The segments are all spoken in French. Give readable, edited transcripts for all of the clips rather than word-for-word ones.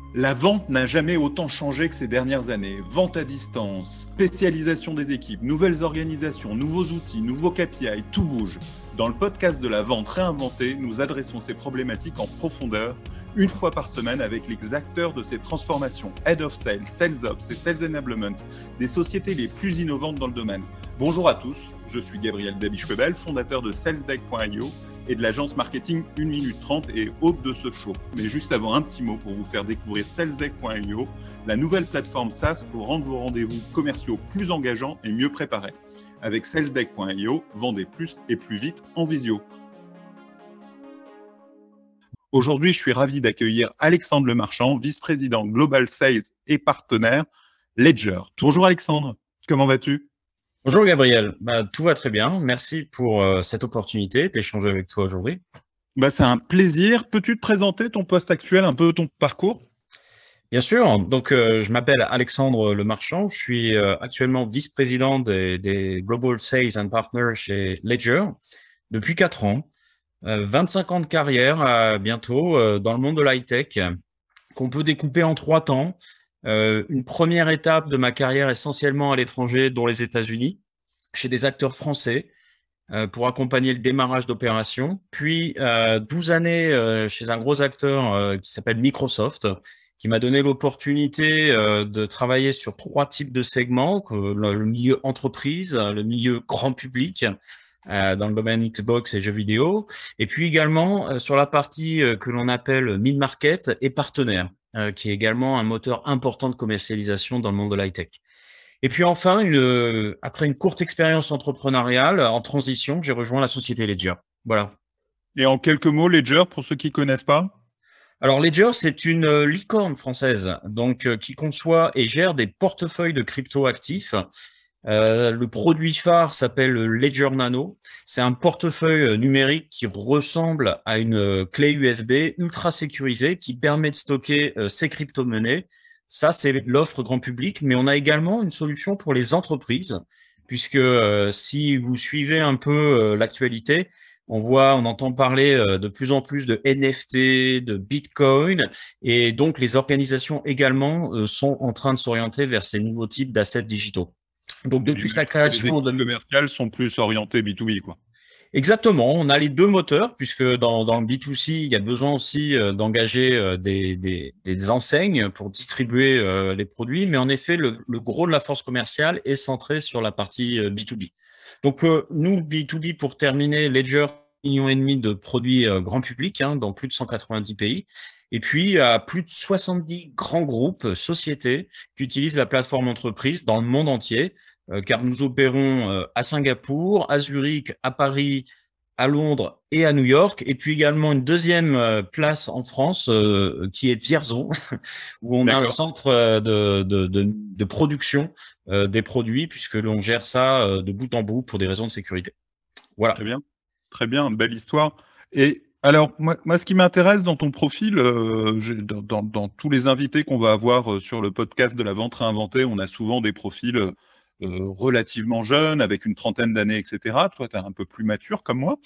La vente n'a jamais autant changé que ces dernières années. Vente à distance, spécialisation des équipes, nouvelles organisations, nouveaux outils, nouveaux KPI, tout bouge. Dans le podcast de la vente réinventée, nous adressons ces problématiques en profondeur, une fois par semaine avec les acteurs de ces transformations, Head of Sales, Sales Ops et Sales Enablement, des sociétés les plus innovantes dans le domaine. Bonjour à tous, je suis Gabriel Dabischwebel, fondateur de SalesDeck.io et de l'agence marketing 1 minute 30 et hôte de ce show. Mais juste avant, un petit mot pour vous faire découvrir SalesDeck.io, la nouvelle plateforme SaaS pour rendre vos rendez-vous commerciaux plus engageants et mieux préparés. Avec SalesDeck.io, vendez plus et plus vite en visio. Aujourd'hui, je suis ravi d'accueillir Alexandre Lemarchand, vice-président Global Sales et partenaire Ledger. Bonjour Alexandre, comment vas-tu ? Bonjour Gabriel, tout va très bien. Merci pour cette opportunité d'échanger avec toi aujourd'hui. C'est un plaisir. Peux-tu te présenter ton poste actuel, un peu ton parcours ? Bien sûr. Donc, je m'appelle Alexandre Lemarchand. Je suis actuellement vice-président des Global Sales and Partners chez Ledger depuis 4 ans. 25 ans de carrière bientôt dans le monde de l'high-tech qu'on peut découper en 3 temps. Une première étape de ma carrière essentiellement à l'étranger, dont les États-Unis, chez des acteurs français pour accompagner le démarrage d'opérations. Puis 12 années chez un gros acteur qui s'appelle Microsoft, qui m'a donné l'opportunité de travailler sur 3 types de segments, le milieu entreprise, le milieu grand public, dans le domaine Xbox et jeux vidéo, et puis également sur la partie que l'on appelle mid-market et partenaire, qui est également un moteur important de commercialisation dans le monde de l'high-tech. Et puis enfin, après une courte expérience entrepreneuriale en transition, j'ai rejoint la société Ledger. Voilà. Et en quelques mots, Ledger, pour ceux qui ne connaissent pas ? Alors Ledger, c'est une licorne française, donc qui conçoit et gère des portefeuilles de crypto-actifs. Le produit phare s'appelle Ledger Nano. C'est un portefeuille numérique qui ressemble à une clé USB ultra sécurisée qui permet de stocker ces crypto-monnaies. Ça, c'est l'offre grand public, mais on a également une solution pour les entreprises, puisque si vous suivez un peu l'actualité, on entend parler de plus en plus de NFT, de Bitcoin, et donc les organisations également sont en train de s'orienter vers ces nouveaux types d'assets digitaux. Donc depuis sa création, les commerciales sont plus orientées B2B, quoi. Exactement, on a les 2 moteurs, puisque dans le B2C, il y a besoin aussi d'engager des enseignes pour distribuer les produits, mais en effet, le gros de la force commerciale est centré sur la partie B2B. Donc nous, B2B, pour terminer, Ledger, 1,5 million de produits grand public dans plus de 190 pays. Et puis, plus de 70 grands groupes, sociétés qui utilisent la plateforme entreprise dans le monde entier, car nous opérons à Singapour, à Zurich, à Paris, à Londres et à New York. Et puis également une deuxième place en France qui est Vierzon, où on a un centre de production des produits, puisque l'on gère ça de bout en bout pour des raisons de sécurité. Voilà. Très bien, belle histoire. Et alors, moi, ce qui m'intéresse dans ton profil, dans tous les invités qu'on va avoir sur le podcast de la vente réinventée, on a souvent des profils relativement jeunes, avec une trentaine d'années, etc. Toi, tu es un peu plus mature comme moi.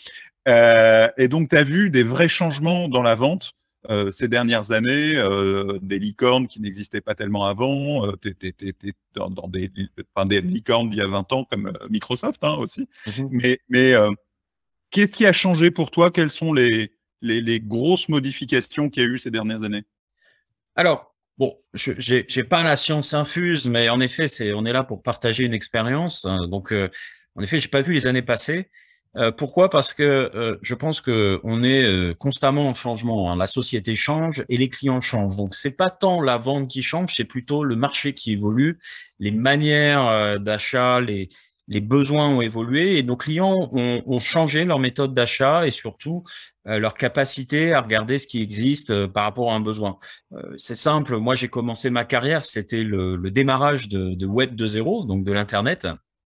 Et donc, tu as vu des vrais changements dans la vente ces dernières années, des licornes qui n'existaient pas tellement avant. Tu étais dans des licornes d'il y a 20 ans, comme Microsoft aussi. Mm-hmm. Mais qu'est-ce qui a changé pour toi ? Quelles sont les grosses modifications qu'il y a eu ces dernières années ? Alors, bon, j'ai pas la science infuse, mais en effet, on est là pour partager une expérience. Donc, en effet, j'ai pas vu les années passées. Pourquoi ? Parce que je pense que on est constamment en changement. La société change et les clients changent. Donc, c'est pas tant la vente qui change, c'est plutôt le marché qui évolue, les manières d'achat, les besoins ont évolué et nos clients ont changé leur méthode d'achat et surtout leur capacité à regarder ce qui existe par rapport à un besoin. C'est simple, moi j'ai commencé ma carrière, c'était le démarrage de Web 2.0, donc de l'Internet.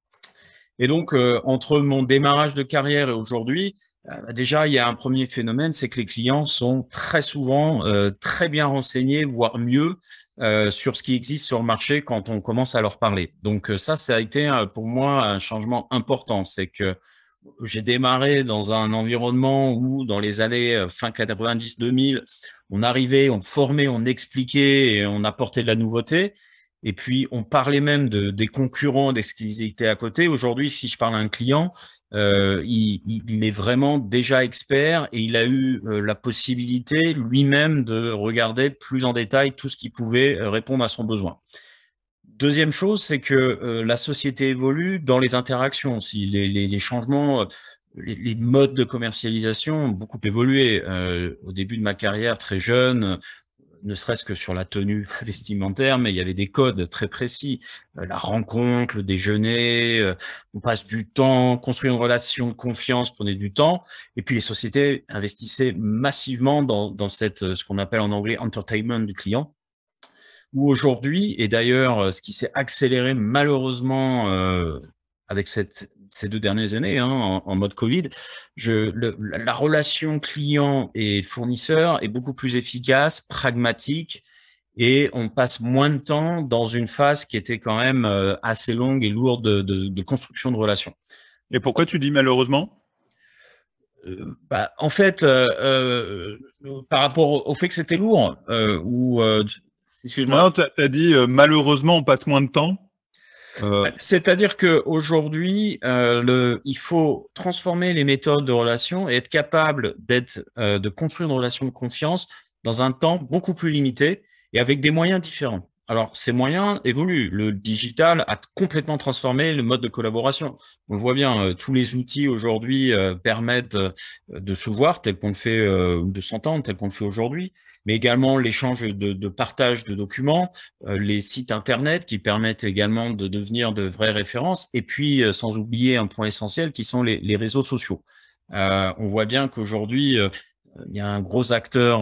Et donc, entre mon démarrage de carrière et aujourd'hui, déjà, il y a un premier phénomène, c'est que les clients sont très souvent très bien renseignés, voire mieux, sur ce qui existe sur le marché quand on commence à leur parler. Donc ça a été pour moi un changement important. C'est que j'ai démarré dans un environnement où, dans les années fin 90-2000, on arrivait, on formait, on expliquait et on apportait de la nouveauté. Et puis, on parlait même des concurrents, d'exclusivité à côté. Aujourd'hui, si je parle à un client, il est vraiment déjà expert et il a eu la possibilité lui-même de regarder plus en détail tout ce qui pouvait répondre à son besoin. Deuxième chose, c'est que la société évolue dans les interactions aussi. Les changements, les modes de commercialisation ont beaucoup évolué. Au début de ma carrière, très jeune, ne serait-ce que sur la tenue vestimentaire, mais il y avait des codes très précis. La rencontre, le déjeuner, on passe du temps, construire une relation de confiance prenait du temps. Et puis les sociétés investissaient massivement dans ce qu'on appelle en anglais entertainment du client. Où aujourd'hui, et d'ailleurs, ce qui s'est accéléré malheureusement avec ces 2 dernières années, hein, en mode Covid, la relation client et fournisseur est beaucoup plus efficace, pragmatique, et on passe moins de temps dans une phase qui était quand même assez longue et lourde de construction de relations. Et pourquoi tu dis malheureusement? En fait, par rapport au fait que c'était lourd, excuse-moi. Non, tu as dit malheureusement on passe moins de temps. C'est-à-dire qu'aujourd'hui, il faut transformer les méthodes de relation et être capable de construire une relation de confiance dans un temps beaucoup plus limité et avec des moyens différents. Alors, ces moyens évoluent. Le digital a complètement transformé le mode de collaboration. On le voit bien, tous les outils aujourd'hui permettent de se voir tel qu'on le fait, de s'entendre tel qu'on le fait aujourd'hui, mais également l'échange de partage de documents, les sites internet qui permettent également de devenir de vraies références, et puis sans oublier un point essentiel qui sont les réseaux sociaux. On voit bien qu'aujourd'hui, il y a un gros acteur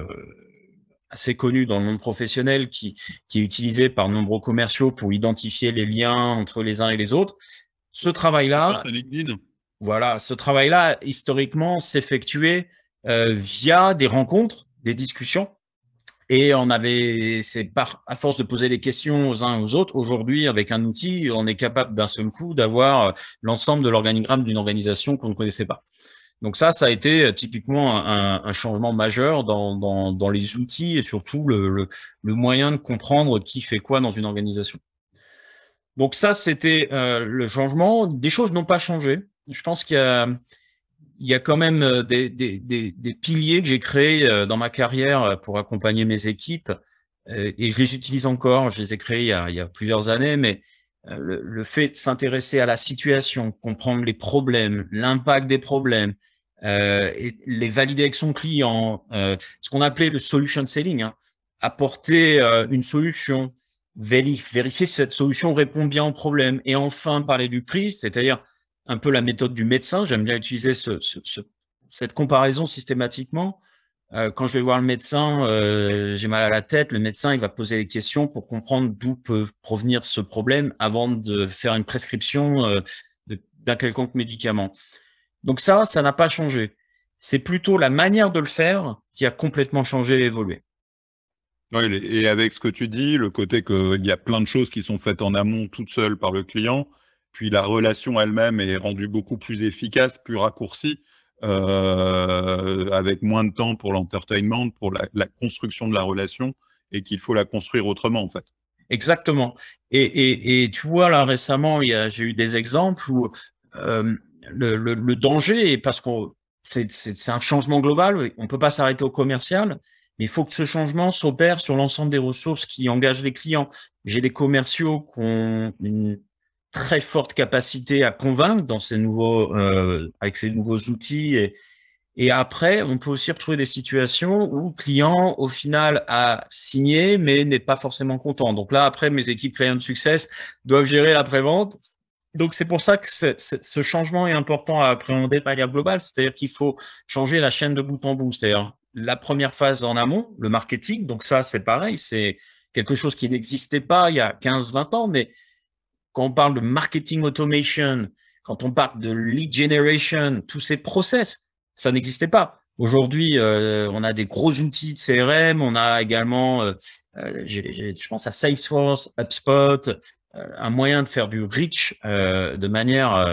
assez connu dans le monde professionnel qui est utilisé par de nombreux commerciaux pour identifier les liens entre les uns et les autres. Ce travail-là, voilà, ce travail-là, historiquement, s'effectuait via des rencontres, des discussions. Et à force de poser des questions aux uns et aux autres, aujourd'hui, avec un outil, on est capable d'un seul coup d'avoir l'ensemble de l'organigramme d'une organisation qu'on ne connaissait pas. Donc ça a été typiquement un changement majeur dans les outils et surtout le moyen de comprendre qui fait quoi dans une organisation. Donc ça, c'était le changement. Des choses n'ont pas changé. Je pense qu'il y a quand même des piliers que j'ai créés dans ma carrière pour accompagner mes équipes et je les utilise encore. Je les ai créés il y a plusieurs années, mais le fait de s'intéresser à la situation, comprendre les problèmes, l'impact des problèmes, et les valider avec son client, ce qu'on appelait le solution selling, hein, apporter une solution, vérifier si cette solution répond bien au problème, et enfin parler du prix, c'est-à-dire un peu la méthode du médecin. J'aime bien utiliser cette comparaison systématiquement. Quand je vais voir le médecin, j'ai mal à la tête, le médecin il va poser des questions pour comprendre d'où peut provenir ce problème avant de faire une prescription d'un quelconque médicament. Donc ça n'a pas changé. C'est plutôt la manière de le faire qui a complètement changé et évolué. Oui, et avec ce que tu dis, le côté qu'il y a plein de choses qui sont faites en amont toutes seules par le client, puis la relation elle-même est rendue beaucoup plus efficace, plus raccourcie, avec moins de temps pour l'entertainment, pour la construction de la relation, et qu'il faut la construire autrement en fait. Exactement. Et tu vois, là récemment, j'ai eu des exemples où le danger, parce que c'est un changement global, on peut pas s'arrêter au commercial, mais il faut que ce changement s'opère sur l'ensemble des ressources qui engagent les clients. J'ai des commerciaux qui ont une très forte capacité à convaincre avec ces nouveaux outils. Et après, on peut aussi retrouver des situations où le client, au final, a signé, mais n'est pas forcément content. Donc là, après, mes équipes Client Success doivent gérer l'après-vente. Donc, c'est pour ça que ce changement est important à appréhender de manière globale. C'est-à-dire qu'il faut changer la chaîne de bout en bout. C'est-à-dire la première phase en amont, le marketing. Donc ça, c'est pareil. C'est quelque chose qui n'existait pas il y a 15-20 ans. Mais quand on parle de marketing automation, quand on parle de lead generation, tous ces process, ça n'existait pas. Aujourd'hui, on a des gros outils de CRM. On a également, je pense à Salesforce, HubSpot, un moyen de faire du reach de manière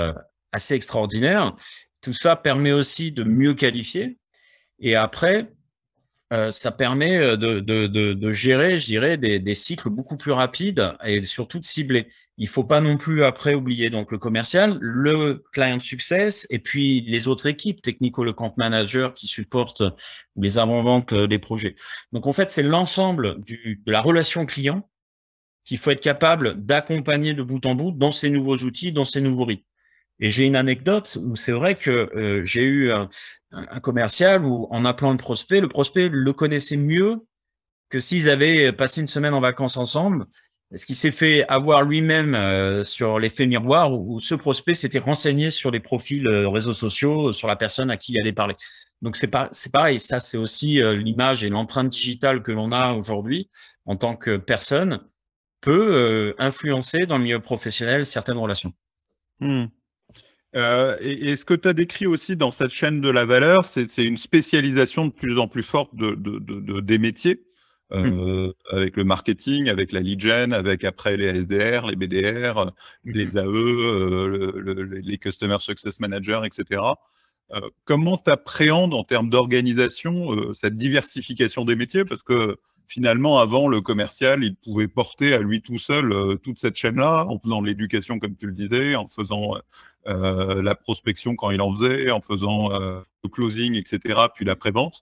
assez extraordinaire. Tout ça permet aussi de mieux qualifier. Et après, ça permet de gérer, je dirais, des cycles beaucoup plus rapides et surtout de cibler. Il faut pas non plus après oublier donc le commercial, le client success et puis les autres équipes, technical account manager qui supportent les avant-ventes des projets. Donc en fait, c'est l'ensemble de la relation client qu'il faut être capable d'accompagner de bout en bout dans ces nouveaux outils, dans ces nouveaux rythmes. Et j'ai une anecdote où c'est vrai que j'ai eu un commercial où, en appelant le prospect le connaissait mieux que s'ils avaient passé une semaine en vacances ensemble. Ce qui s'est fait avoir lui-même sur l'effet miroir où ce prospect s'était renseigné sur les profils réseaux sociaux, sur la personne à qui il allait parler. Donc c'est pareil, ça c'est aussi l'image et l'empreinte digitale que l'on a aujourd'hui en tant que personne peut influencer dans le milieu professionnel certaines relations. Hmm. Et ce que tu as décrit aussi dans cette chaîne de la valeur, c'est une spécialisation de plus en plus forte des métiers, avec le marketing, avec la lead gen, avec après les SDR, les BDR, les AE, les Customer Success Managers, etc. Comment tu appréhendes en termes d'organisation cette diversification des métiers? Parce que finalement, avant, le commercial, il pouvait porter à lui tout seul toute cette chaîne-là, en faisant de l'éducation, comme tu le disais, en faisant la prospection quand il en faisait, en faisant le closing, etc., puis la prévente.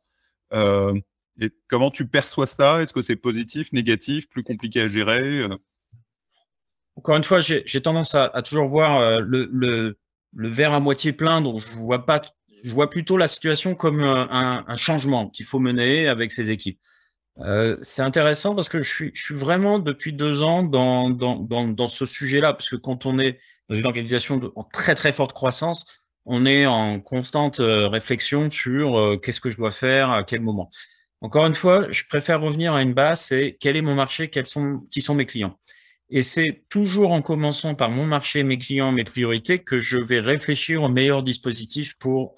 Et comment tu perçois ça? Est-ce que c'est positif, négatif, plus compliqué à gérer? Encore une fois, j'ai tendance à toujours voir le verre à moitié plein, donc je vois plutôt la situation comme un changement qu'il faut mener avec ses équipes. C'est intéressant parce que je suis vraiment depuis 2 ans dans ce sujet-là, parce que quand on est dans une organisation en très très forte croissance, on est en constante réflexion sur qu'est-ce que je dois faire, à quel moment. Encore une fois, je préfère revenir à une base, c'est quel est mon marché, qui sont mes clients. Et c'est toujours en commençant par mon marché, mes clients, mes priorités, que je vais réfléchir aux meilleurs dispositifs pour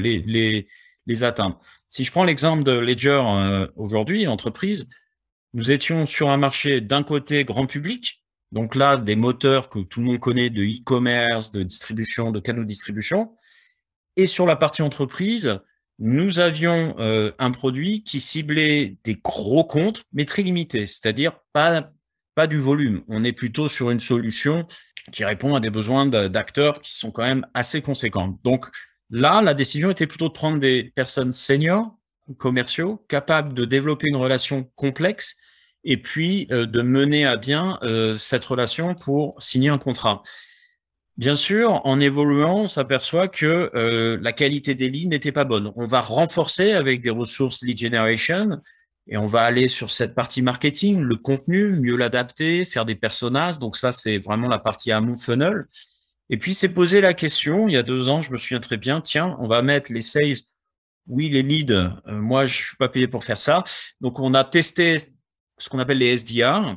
les atteindre. Si je prends l'exemple de Ledger aujourd'hui, entreprise, nous étions sur un marché d'un côté grand public, donc là, des moteurs que tout le monde connaît de e-commerce, de distribution, de canaux de distribution. Et sur la partie entreprise, nous avions un produit qui ciblait des gros comptes, mais très limités, c'est-à-dire pas du volume. On est plutôt sur une solution qui répond à des besoins d'acteurs qui sont quand même assez conséquents. Donc là, la décision était plutôt de prendre des personnes seniors, commerciaux, capables de développer une relation complexe et puis de mener à bien cette relation pour signer un contrat. Bien sûr, en évoluant, on s'aperçoit que la qualité des leads n'était pas bonne. On va renforcer avec des ressources lead generation et on va aller sur cette partie marketing, le contenu, mieux l'adapter, faire des personas. Donc ça, c'est vraiment la partie amont funnel. Et puis, c'est poser la question, il y a 2 ans, je me souviens très bien, tiens, on va mettre les sales, oui, les leads, moi, je suis pas payé pour faire ça. Donc, on a testé ce qu'on appelle les SDR.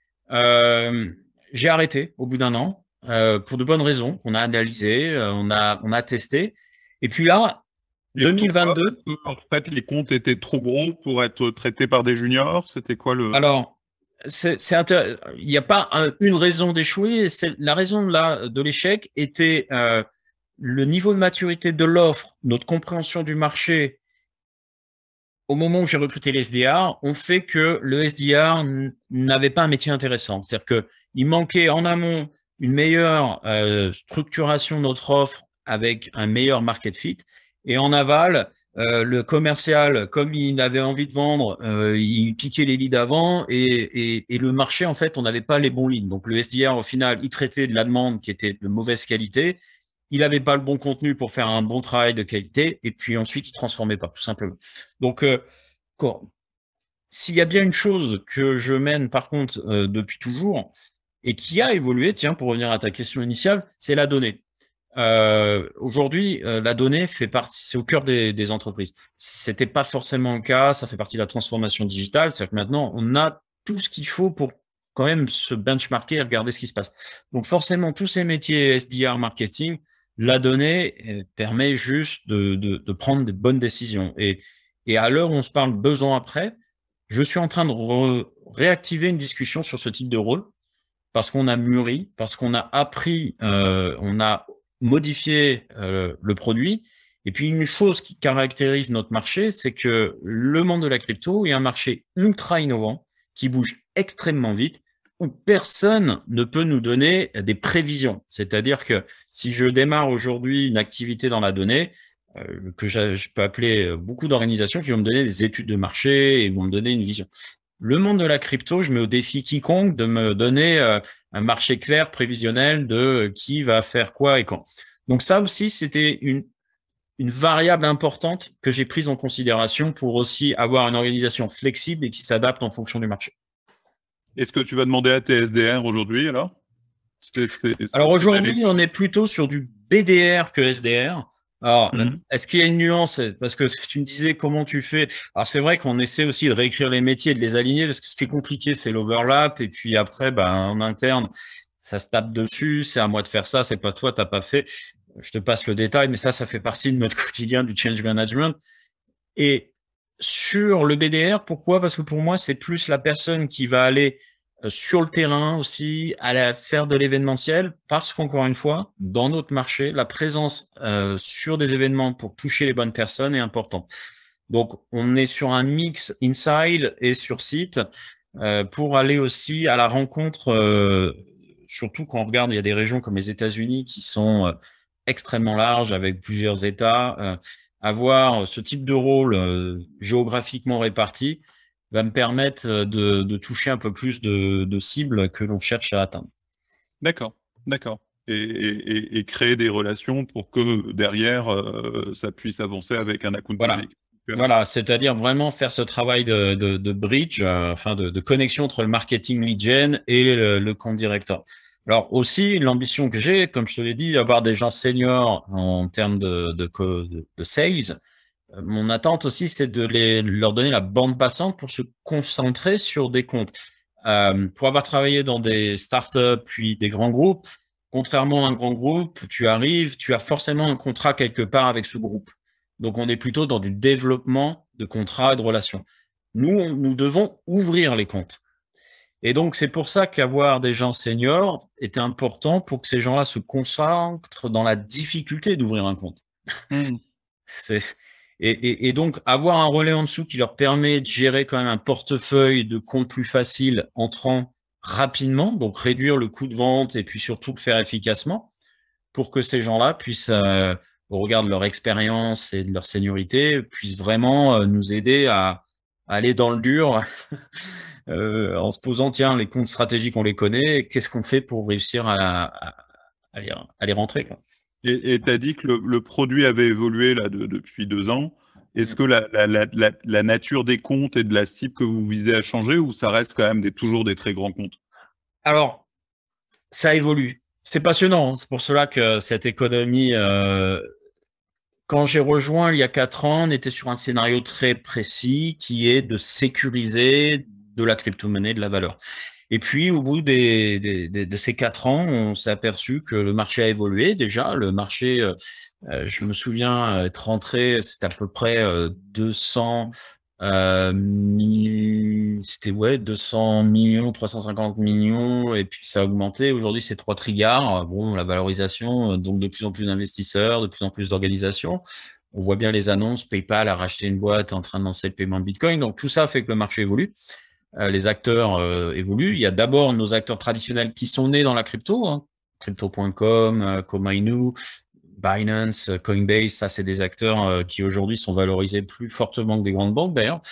J'ai arrêté au bout d'1 an. Pour de bonnes raisons, qu'on a analysées, on a testé. Et puis là, 2022. En fait, les comptes étaient trop gros pour être traités par des juniors. C'était quoi le... Alors, il n'y a pas une raison d'échouer. La raison de l'échec était le niveau de maturité de l'offre, notre compréhension du marché. Au moment où j'ai recruté les SDR, on fait que le SDR n'avait pas un métier intéressant. C'est-à-dire qu'il manquait en amont une meilleure structuration de notre offre avec un meilleur market fit. Et en aval, le commercial, comme il avait envie de vendre, il piquait les leads avant et le marché, en fait, on n'avait pas les bons leads. Donc, le SDR, au final, il traitait de la demande qui était de mauvaise qualité. Il n'avait pas le bon contenu pour faire un bon travail de qualité et puis ensuite, il transformait pas, tout simplement. Donc, s'il y a bien une chose que je mène, par contre, depuis toujours et qui a évolué, tiens, pour revenir à ta question initiale, c'est la donnée. Aujourd'hui, la donnée fait partie, c'est au cœur des entreprises. C'était pas forcément le cas, ça fait partie de la transformation digitale. C'est-à-dire que maintenant, on a tout ce qu'il faut pour quand même se benchmarker et regarder ce qui se passe. Donc forcément, tous ces métiers SDR marketing, la donnée permet juste de prendre des bonnes décisions. Et à l'heure où on se parle 2 ans après, je suis en train de réactiver une discussion sur ce type de rôle parce qu'on a mûri, parce qu'on a appris, on a modifier le produit. Et puis une chose qui caractérise notre marché, c'est que le monde de la crypto est un marché ultra innovant qui bouge extrêmement vite, où personne ne peut nous donner des prévisions. C'est-à-dire que si je démarre aujourd'hui une activité dans la donnée, que je peux appeler beaucoup d'organisations qui vont me donner des études de marché et vont me donner une vision. Le monde de la crypto, je mets au défi quiconque de me donner un marché clair, prévisionnel de qui va faire quoi et quand. Donc ça aussi, c'était une variable importante que j'ai prise en considération pour aussi avoir une organisation flexible et qui s'adapte en fonction du marché. Est-ce que tu vas demander à tes SDR aujourd'hui, alors? Alors aujourd'hui, on est plutôt sur du BDR que SDR. Alors, est-ce qu'il y a une nuance? Parce que tu me disais comment tu fais. Alors c'est vrai qu'on essaie aussi de réécrire les métiers et de les aligner, parce que ce qui est compliqué, c'est l'overlap. Et puis après, en interne, ça se tape dessus. C'est à moi de faire ça. C'est pas toi, t'as pas fait. Je te passe le détail, mais ça fait partie de notre quotidien du change management. Et sur le BDR, pourquoi? Parce que pour moi, c'est plus la personne qui va aller sur le terrain aussi, à faire de l'événementiel, parce qu'encore une fois, dans notre marché, la présence sur des événements pour toucher les bonnes personnes est importante. Donc, on est sur un mix inside et sur site pour aller aussi à la rencontre, surtout quand on regarde, il y a des régions comme les États-Unis qui sont extrêmement larges avec plusieurs États. Avoir ce type de rôle géographiquement réparti va me permettre de toucher un peu plus de cibles que l'on cherche à atteindre. D'accord. Et créer des relations pour que derrière, ça puisse avancer avec un account exécutif. Voilà, c'est-à-dire vraiment faire ce travail de bridge, de connexion entre le marketing lead gen et le compte directeur. Alors aussi, l'ambition que j'ai, comme je te l'ai dit, avoir des gens seniors en termes de sales. Mon attente aussi, c'est de leur donner la bande passante pour se concentrer sur des comptes. Pour avoir travaillé dans des startups puis des grands groupes, contrairement à un grand groupe, tu arrives, tu as forcément un contrat quelque part avec ce groupe. Donc, on est plutôt dans du développement de contrats et de relations. Nous devons ouvrir les comptes. Et donc, c'est pour ça qu'avoir des gens seniors est important pour que ces gens-là se concentrent dans la difficulté d'ouvrir un compte. Et donc, avoir un relais en dessous qui leur permet de gérer quand même un portefeuille de comptes plus facile entrant rapidement, donc réduire le coût de vente et puis surtout le faire efficacement pour que ces gens-là puissent, au regard de leur expérience et de leur seniorité, puissent vraiment nous aider à aller dans le dur en se posant, tiens, les comptes stratégiques, on les connaît, qu'est-ce qu'on fait pour réussir à les rentrer, quoi. Et tu as dit que le produit avait évolué là depuis 2 ans. Est-ce que la nature des comptes et de la cible que vous visez a changé, ou ça reste quand même toujours des très grands comptes? Alors, ça évolue. C'est passionnant. C'est pour cela que cette économie, quand j'ai rejoint il y a 4 ans, on était sur un scénario très précis qui est de sécuriser de la crypto-monnaie, de la valeur. Et puis, au bout de ces 4 ans, on s'est aperçu que le marché a évolué. Déjà, le marché, je me souviens être rentré, c'était à peu près 200 200 millions, 350 millions, et puis ça a augmenté. Aujourd'hui, c'est 3 trilliards. Bon, la valorisation, donc de plus en plus d'investisseurs, de plus en plus d'organisations. On voit bien les annonces. PayPal a racheté une boîte en train de lancer le paiement de Bitcoin. Donc, tout ça fait que le marché évolue. Les acteurs évoluent. Il y a d'abord nos acteurs traditionnels qui sont nés dans la crypto, crypto.com, Komainu, Binance, Coinbase. Ça, c'est des acteurs qui aujourd'hui sont valorisés plus fortement que des grandes banques d'ailleurs,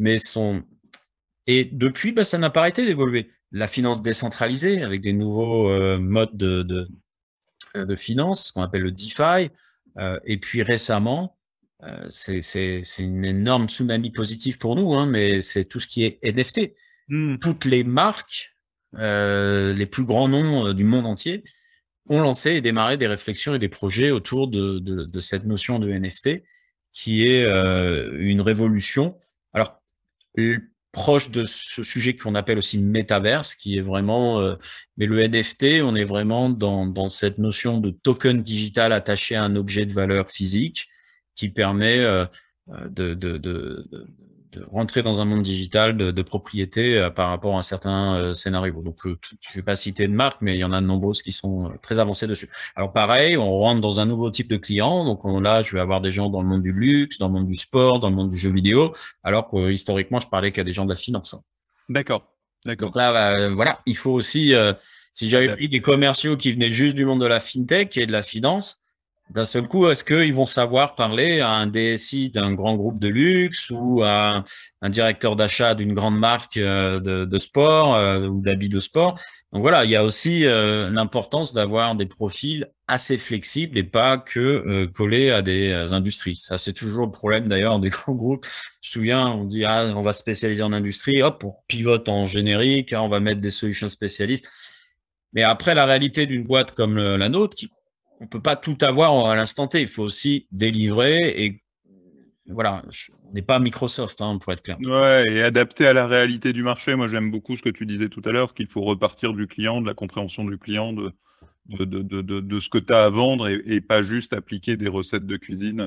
et depuis, ça n'a pas arrêté d'évoluer. La finance décentralisée avec des nouveaux modes de finance, qu'on appelle le DeFi, et puis récemment, c'est une énorme tsunami positive pour nous, mais c'est tout ce qui est NFT. Toutes les marques, les plus grands noms du monde entier ont lancé et démarré des réflexions et des projets autour de cette notion de NFT qui est une révolution. Alors, proche de ce sujet qu'on appelle aussi métaverse, qui est vraiment... mais le NFT, on est vraiment dans cette notion de token digital attaché à un objet de valeur physique qui permet rentrer dans un monde digital de propriété par rapport à un certain scénario. Donc, je vais pas citer de marque, mais il y en a de nombreuses qui sont très avancées dessus. Alors, pareil, on rentre dans un nouveau type de client. Donc, là, je vais avoir des gens dans le monde du luxe, dans le monde du sport, dans le monde du jeu vidéo, alors que historiquement, je parlais qu'à des gens de la finance. D'accord. Donc là, voilà, il faut aussi, si j'avais pris des commerciaux qui venaient juste du monde de la fintech et de la finance, d'un seul coup, est-ce qu'ils vont savoir parler à un DSI d'un grand groupe de luxe ou à un directeur d'achat d'une grande marque de sport ou d'habits de sport? Donc voilà, il y a aussi l'importance d'avoir des profils assez flexibles et pas que collés à des industries. Ça, c'est toujours le problème d'ailleurs des grands groupes. Je me souviens, on dit on va spécialiser en industrie, hop, on pivote en générique, on va mettre des solutions spécialistes. Mais après, la réalité d'une boîte comme la nôtre, on peut pas tout avoir à l'instant T. Il faut aussi délivrer et voilà, on n'est pas Microsoft, pour être clair. Ouais, et adapté à la réalité du marché. Moi, j'aime beaucoup ce que tu disais tout à l'heure, qu'il faut repartir du client, de la compréhension du client, de ce que tu as à vendre et pas juste appliquer des recettes de cuisine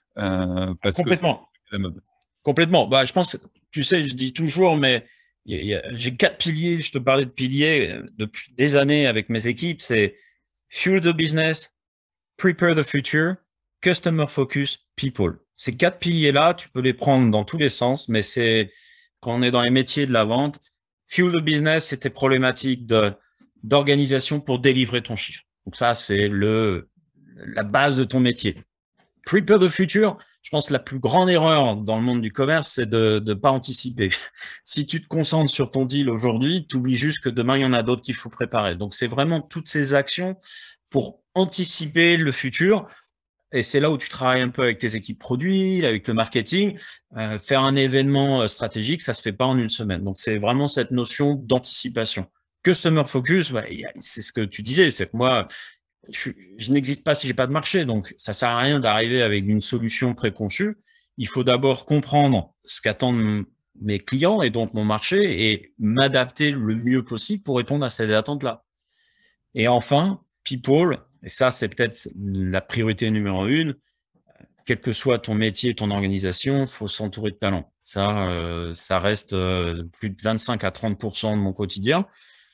parce Complètement. que c'est la mode. Complètement. Bah, je pense, tu sais, je dis toujours, mais j'ai 4 piliers. Je te parlais de piliers depuis des années avec mes équipes. C'est fuel the business, prepare the future, customer focus, people. Ces 4 piliers-là, tu peux les prendre dans tous les sens, mais c'est quand on est dans les métiers de la vente, fuel the business, c'est tes problématiques d'organisation pour délivrer ton chiffre. Donc ça, c'est la base de ton métier. Prepare the future, je pense que la plus grande erreur dans le monde du commerce, c'est de ne pas anticiper. Si tu te concentres sur ton deal aujourd'hui, tu oublies juste que demain, il y en a d'autres qu'il faut préparer. Donc, c'est vraiment toutes ces actions pour anticiper le futur. Et c'est là où tu travailles un peu avec tes équipes produits, avec le marketing. Faire un événement stratégique, ça se fait pas en une semaine. Donc, c'est vraiment cette notion d'anticipation. Customer focus, c'est ce que tu disais, c'est que moi, je n'existe pas si j'ai pas de marché. Donc, ça sert à rien d'arriver avec une solution préconçue. Il faut d'abord comprendre ce qu'attendent mes clients et donc mon marché et m'adapter le mieux possible pour répondre à ces attentes-là. Et enfin, people, et ça, c'est peut-être la priorité numéro 1. Quel que soit ton métier, ton organisation, faut s'entourer de talents. Ça reste plus de 25 à 30% de mon quotidien.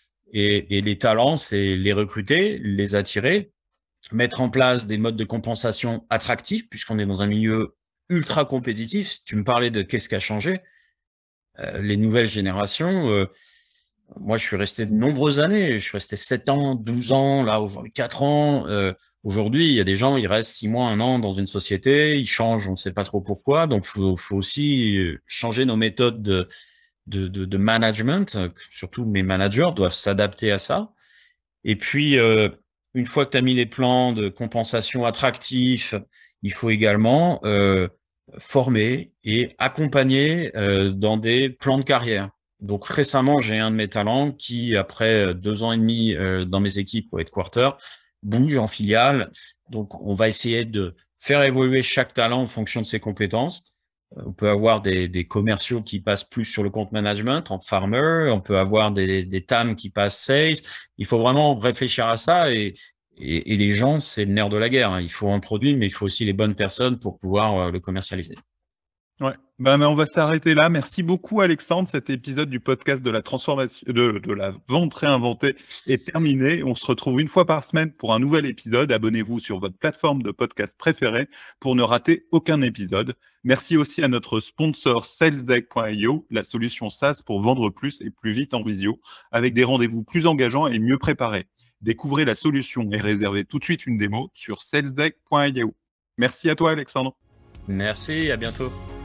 Et les talents, c'est les recruter, les attirer, mettre en place des modes de compensation attractifs, puisqu'on est dans un milieu ultra compétitif. Tu me parlais de qu'est-ce qui a changé. Les nouvelles générations, moi, je suis resté de nombreuses années. Je suis resté 7 ans, 12 ans, là, aujourd'hui 4 ans. Aujourd'hui, il y a des gens, ils restent 6 mois, 1 an dans une société, ils changent, on ne sait pas trop pourquoi. Donc, faut aussi changer nos méthodes de management, surtout mes managers doivent s'adapter à ça. Et puis, une fois que tu as mis les plans de compensation attractifs, il faut également former et accompagner dans des plans de carrière. Donc récemment, j'ai un de mes talents qui, après 2 ans et demi dans mes équipes au headquarter, bouge en filiale. Donc on va essayer de faire évoluer chaque talent en fonction de ses compétences. On peut avoir des commerciaux qui passent plus sur le compte management en farmer. On peut avoir des TAM qui passent sales. Il faut vraiment réfléchir à ça et les gens, c'est le nerf de la guerre. Il faut un produit, mais il faut aussi les bonnes personnes pour pouvoir le commercialiser. Ouais. Mais on va s'arrêter là. Merci beaucoup, Alexandre. Cet épisode du podcast de la transformation, de la vente réinventée est terminé. On se retrouve une fois par semaine pour un nouvel épisode. Abonnez-vous sur votre plateforme de podcast préférée pour ne rater aucun épisode. Merci aussi à notre sponsor salesdeck.io, la solution SaaS pour vendre plus et plus vite en visio, avec des rendez-vous plus engageants et mieux préparés. Découvrez la solution et réservez tout de suite une démo sur salesdeck.io. Merci à toi, Alexandre. Merci, à bientôt.